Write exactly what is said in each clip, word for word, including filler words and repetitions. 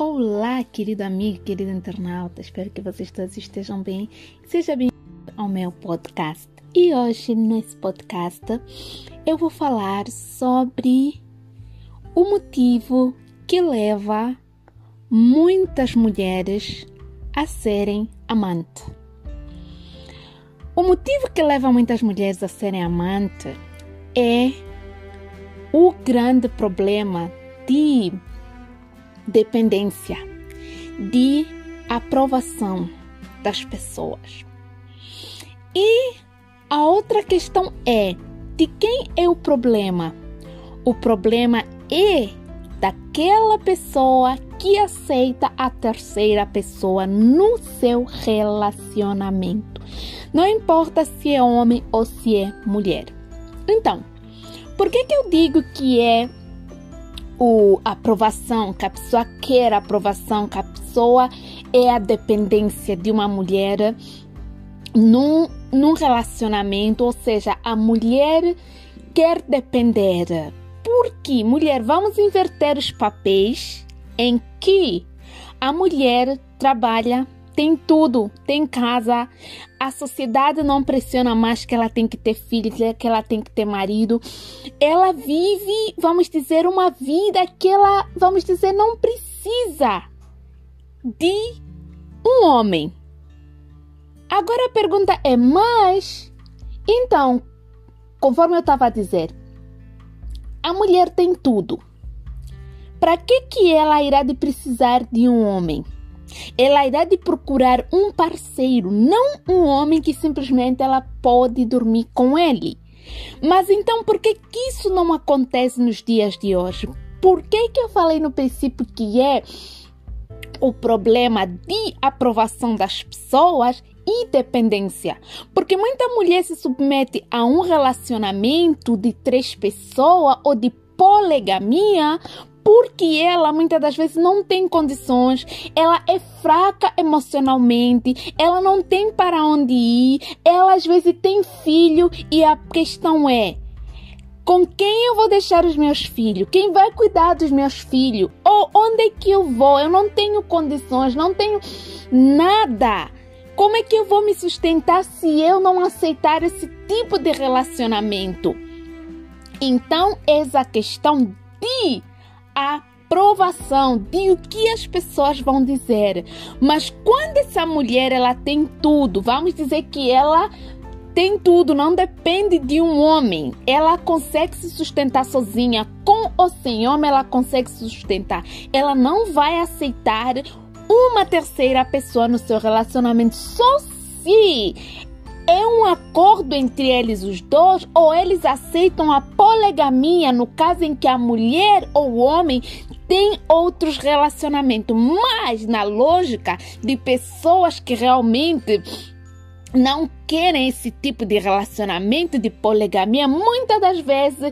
Olá, querido amigo, querido internauta, espero que vocês todos estejam bem. Seja bem-vindo ao meu podcast. E hoje, nesse podcast, eu vou falar sobre o motivo que leva muitas mulheres a serem amantes. O motivo que leva muitas mulheres a serem amantes é o grande problema de dependência, de aprovação das pessoas. E a outra questão é, de quem é o problema? O problema é daquela pessoa que aceita a terceira pessoa no seu relacionamento. Não importa se é homem ou se é mulher. Então, por que que eu digo que é O, a aprovação, que a pessoa quer a aprovação, que a pessoa é a dependência de uma mulher num, num relacionamento, ou seja, a mulher quer depender. Por quê? Mulher, vamos inverter os papéis em que a mulher trabalha, tem tudo, tem casa, a sociedade não pressiona mais que ela tem que ter filho, que ela tem que ter marido. Ela vive, vamos dizer, uma vida que ela, vamos dizer, não precisa de um homem. Agora a pergunta é, mas, então, conforme eu estava a dizer, a mulher tem tudo. Para que que ela irá de precisar de um homem? Ela irá de procurar um parceiro, não um homem que simplesmente ela pode dormir com ele. Mas então, por que que isso não acontece nos dias de hoje? Por que que eu falei no princípio que é o problema de aprovação das pessoas e dependência? Porque muita mulher se submete a um relacionamento de três pessoas ou de poligamia porque ela muitas das vezes não tem condições, ela é fraca emocionalmente, ela não tem para onde ir, ela às vezes tem filho e a questão é, com quem eu vou deixar os meus filhos? Quem vai cuidar dos meus filhos? Ou onde é que eu vou? Eu não tenho condições, não tenho nada. Como é que eu vou me sustentar se eu não aceitar esse tipo de relacionamento? Então, essa questão de a aprovação de o que as pessoas vão dizer. Mas quando essa mulher ela tem tudo, vamos dizer que ela tem tudo, não depende de um homem, ela consegue se sustentar sozinha, com ou sem homem ela consegue se sustentar. Ela não vai aceitar uma terceira pessoa no seu relacionamento, só se é um acordo entre eles os dois ou eles aceitam a poligamia, no caso em que a mulher ou o homem tem outros relacionamentos. Mas na lógica de pessoas que realmente não querem esse tipo de relacionamento de poligamia, muitas das vezes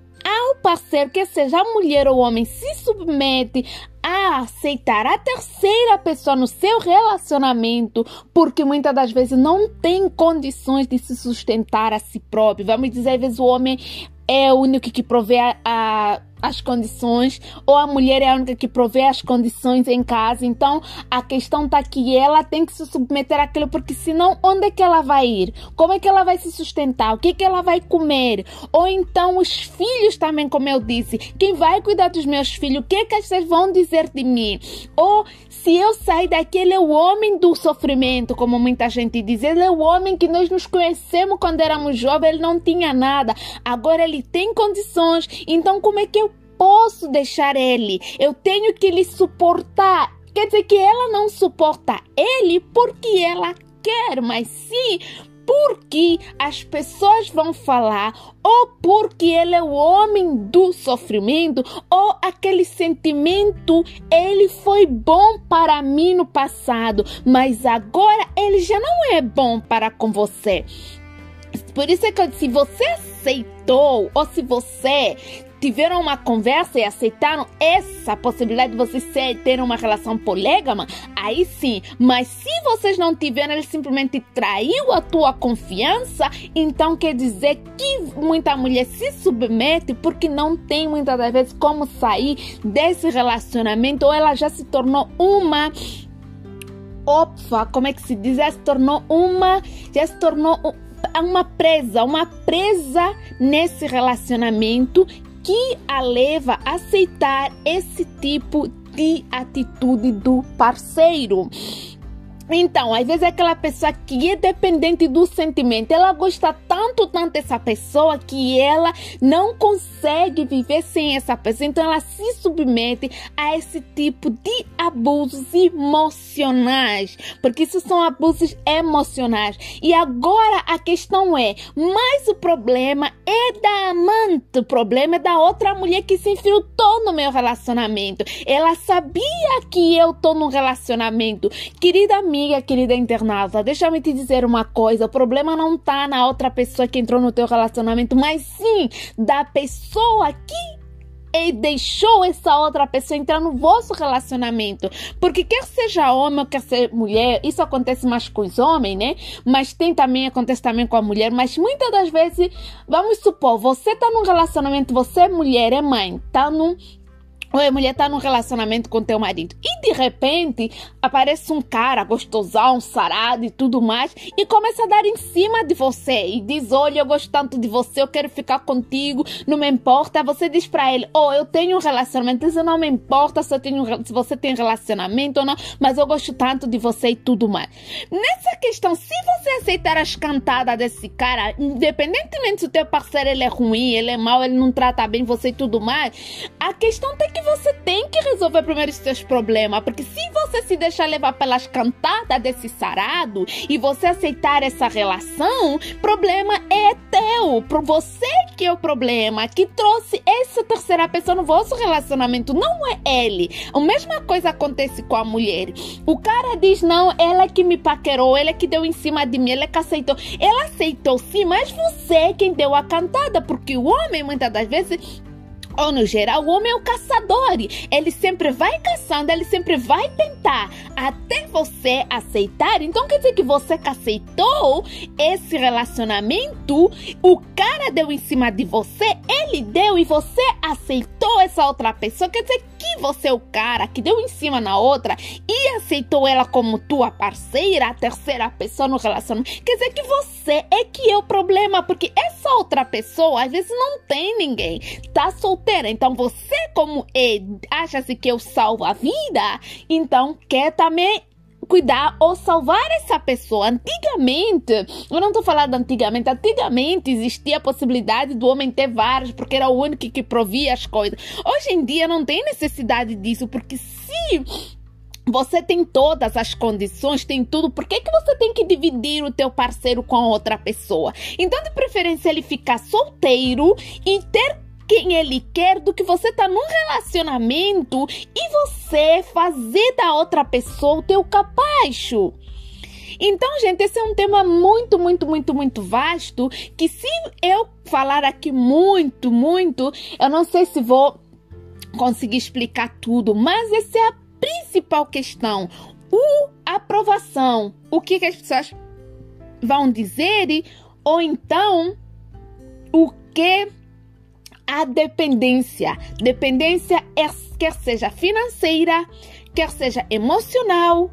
ao parceiro, que seja a mulher ou o homem, se submete a aceitar a terceira pessoa no seu relacionamento, porque muitas das vezes não tem condições de se sustentar a si próprio. Vamos dizer, às vezes o homem é o único que provê a, a, as condições, ou a mulher é a única que provê as condições em casa. Então, a questão está que ela tem que se submeter àquilo, porque senão, onde é que ela vai ir? Como é que ela vai se sustentar? O que é que ela vai comer? Ou então, os filhos também, como eu disse, quem vai cuidar dos meus filhos? O que é que vocês vão dizer de mim? Ou, se eu sair daqui, ele é o homem do sofrimento, como muita gente diz. Ele é o homem que nós nos conhecemos quando éramos jovens, ele não tinha nada. Agora ele tem condições, então como é que eu posso deixar ele? Eu tenho que lhe suportar. Quer dizer que ela não suporta ele porque ela quer, mas sim porque as pessoas vão falar, ou porque ele é o homem do sofrimento, ou aquele sentimento, ele foi bom para mim no passado, mas agora ele já não é bom para com você. Por isso é que eu disse, se você aceitou, ou se você tiveram uma conversa e aceitaram essa possibilidade de vocês terem uma relação polígama, aí sim. Mas se vocês não tiveram, ele simplesmente traiu a tua confiança, então quer dizer que muita mulher se submete porque não tem muitas das vezes como sair desse relacionamento, ou ela já se tornou uma opa, como é que se diz? Já se tornou uma, já se tornou uma presa, uma presa nesse relacionamento que a leva a aceitar esse tipo de atitude do parceiro. Então, às vezes é aquela pessoa que é dependente do sentimento. Ela gosta tanto, tanto dessa pessoa que ela não consegue viver sem essa pessoa. Então, ela se submete a esse tipo de abusos emocionais. Porque isso são abusos emocionais. E agora a questão é, mas o problema é da amante. O problema é da outra mulher que se infiltrou no meu relacionamento. Ela sabia que eu tô num relacionamento. Querida amiga, Amiga, querida internauta, deixa-me te dizer uma coisa, o problema não tá na outra pessoa que entrou no teu relacionamento, mas sim da pessoa que e deixou essa outra pessoa entrar no vosso relacionamento. Porque quer seja homem ou quer ser mulher, isso acontece mais com os homens, né? Mas tem também, acontece também com a mulher, mas muitas das vezes, vamos supor, você tá num relacionamento, você é mulher, é mãe, tá num ou a mulher tá num relacionamento com teu marido e de repente aparece um cara gostosão, sarado e tudo mais e começa a dar em cima de você e diz, olha, eu gosto tanto de você, eu quero ficar contigo, não me importa. Você diz pra ele, oh, eu tenho um relacionamento, isso não me importa se, eu tenho, se você tem relacionamento ou não, mas eu gosto tanto de você e tudo mais. Nessa questão, se você aceitar as cantadas desse cara, independentemente se o teu parceiro ele é ruim, ele é mau, ele não trata bem você e tudo mais, a questão tem que você tem que resolver primeiro os seus problemas, porque se você se deixar levar pelas cantadas desse sarado e você aceitar essa relação, problema é teu, por você que é o problema, que trouxe essa terceira pessoa no vosso relacionamento, não é ele. A mesma coisa acontece com a mulher. O cara diz, não, ela é que me paquerou, ela é que deu em cima de mim, ela é que aceitou. Ela aceitou sim, mas você é quem deu a cantada, porque o homem muitas das vezes, ou no geral, o homem é o caçador. Ele sempre vai caçando, ele sempre vai tentar até você aceitar. Então quer dizer que você que aceitou esse relacionamento, o cara deu em cima de você, ele deu e você aceitou essa outra pessoa. Quer dizer que você é o cara que deu em cima na outra e aceitou ela como tua parceira, a terceira pessoa no relacionamento. Quer dizer que você é que é o problema, porque essa outra pessoa às vezes não tem ninguém, tá solteira. Então você, como é, acha-se que eu salvo a vida, então quer também cuidar ou salvar essa pessoa. Antigamente, eu não estou falando antigamente, antigamente existia a possibilidade do homem ter vários, porque era o único que provia as coisas. Hoje em dia não tem necessidade disso, porque se você tem todas as condições, tem tudo, por que que você tem que dividir o teu parceiro com a outra pessoa? Então, de preferência, ele ficar solteiro e ter quem ele quer, do que você tá num relacionamento e você fazer da outra pessoa o teu capacho. Então, gente, esse é um tema muito, muito, muito, muito vasto, que se eu falar aqui muito, muito, eu não sei se vou conseguir explicar tudo, mas essa é a principal questão. O aprovação, o que, que as pessoas vão dizer, ou então o que a dependência. Dependência é, quer seja financeira, quer seja emocional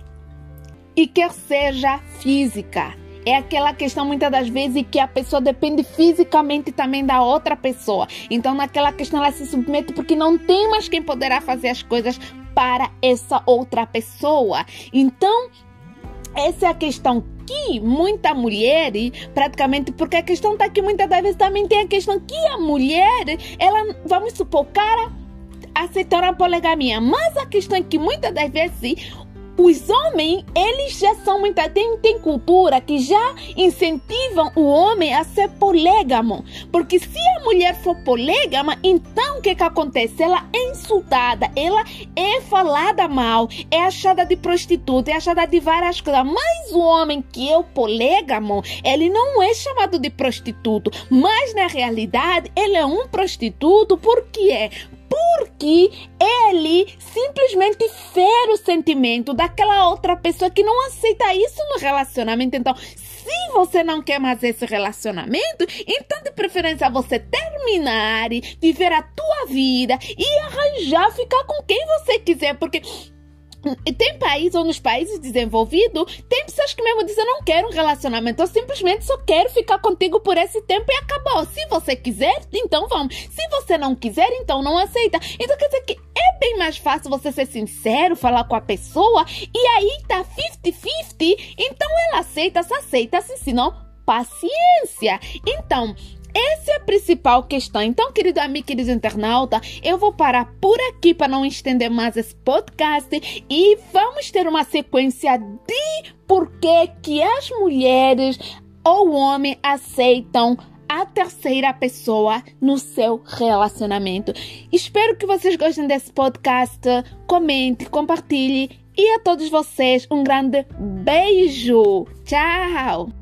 e quer seja física. É aquela questão muitas das vezes que a pessoa depende fisicamente também da outra pessoa. Então naquela questão ela se submete porque não tem mais quem poderá fazer as coisas para essa outra pessoa. Então essa é a questão que muita mulher, praticamente, porque a questão está que muitas das vezes também tem a questão que a mulher, ela, vamos supor, o cara aceitou a poligamia, mas a questão é que muitas das vezes os homens, eles já são muito... Tem, tem cultura que já incentivam o homem a ser polígamo. Porque se a mulher for polígama, então o que que acontece? Ela é insultada, ela é falada mal, é achada de prostituta, é achada de várias coisas. Mas o homem que é o polígamo, ele não é chamado de prostituto. Mas na realidade, ele é um prostituto. Por quê? Porque ele simplesmente fere o sentimento daquela outra pessoa que não aceita isso no relacionamento. Então, se você não quer mais esse relacionamento, então de preferência você terminar, viver a tua vida e arranjar, ficar com quem você quiser, porque... tem países, ou nos países desenvolvidos, tem pessoas que mesmo dizem, eu não quero um relacionamento, eu simplesmente só quero ficar contigo por esse tempo e acabou. Se você quiser, então vamos. Se você não quiser, então não aceita. Então quer dizer que é bem mais fácil você ser sincero, falar com a pessoa, e aí tá cinquenta cinquenta, então ela aceita, se aceita, se, se não, paciência. Então, essa é a principal questão. Então, querido amigo, querido internauta, eu vou parar por aqui para não estender mais esse podcast e vamos ter uma sequência de por que que as mulheres ou o homem aceitam a terceira pessoa no seu relacionamento. Espero que vocês gostem desse podcast. Comente, compartilhe e a todos vocês um grande beijo. Tchau!